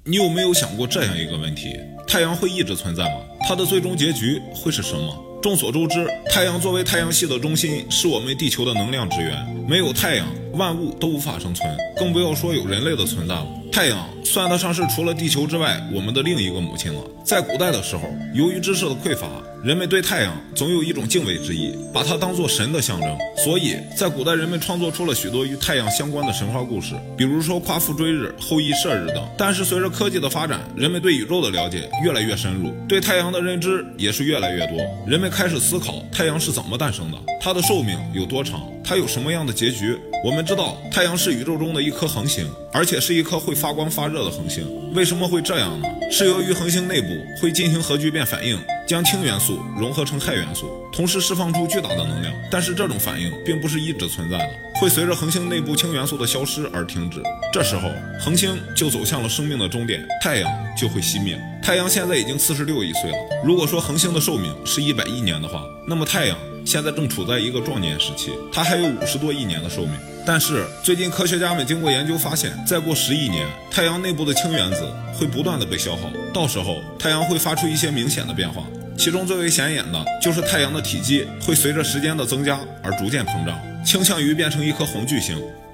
你有没有想过这样一个问题：太阳会一直存在吗？它的最终结局会是什么？众所周知，太阳作为太阳系的中心，是我们地球的能量之源。没有太阳，万物都无法生存，更不要说有人类的存在了。太阳算得上是除了地球之外我们的另一个母亲了。在古代的时候，由于知识的匮乏，人们对太阳总有一种敬畏之意，把它当作神的象征。所以在古代人们创作出了许多与太阳相关的神话故事，比如说夸父追日、后羿射日等。但是随着科技的发展，人们对宇宙的了解越来越深入，对太阳的认知也是越来越多。人们开始思考太阳是怎么诞生的，它的寿命有多长，它有什么样的结局。我们知道太阳是宇宙中的一颗恒星，而且是一颗会发光发热的恒星。为什么会这样呢？是由于恒星内部会进行核聚变反应，将氢元素融合成氦元素，同时释放出巨大的能量。但是这种反应并不是一直存在的，会随着恒星内部氢元素的消失而停止。这时候恒星就走向了生命的终点，太阳就会熄灭。太阳现在已经46亿岁了。如果说恒星的寿命是100亿年的话，那么太阳现在正处在一个壮年时期，它还有50多亿年的寿命。但是最近科学家们经过研究发现，再过10亿年，太阳内部的氢原子会不断的被消耗，到时候太阳会发出一些明显的变化，其中最为显眼的就是太阳的体积会随着时间的增加而逐渐膨胀，倾向于变成一颗红巨星。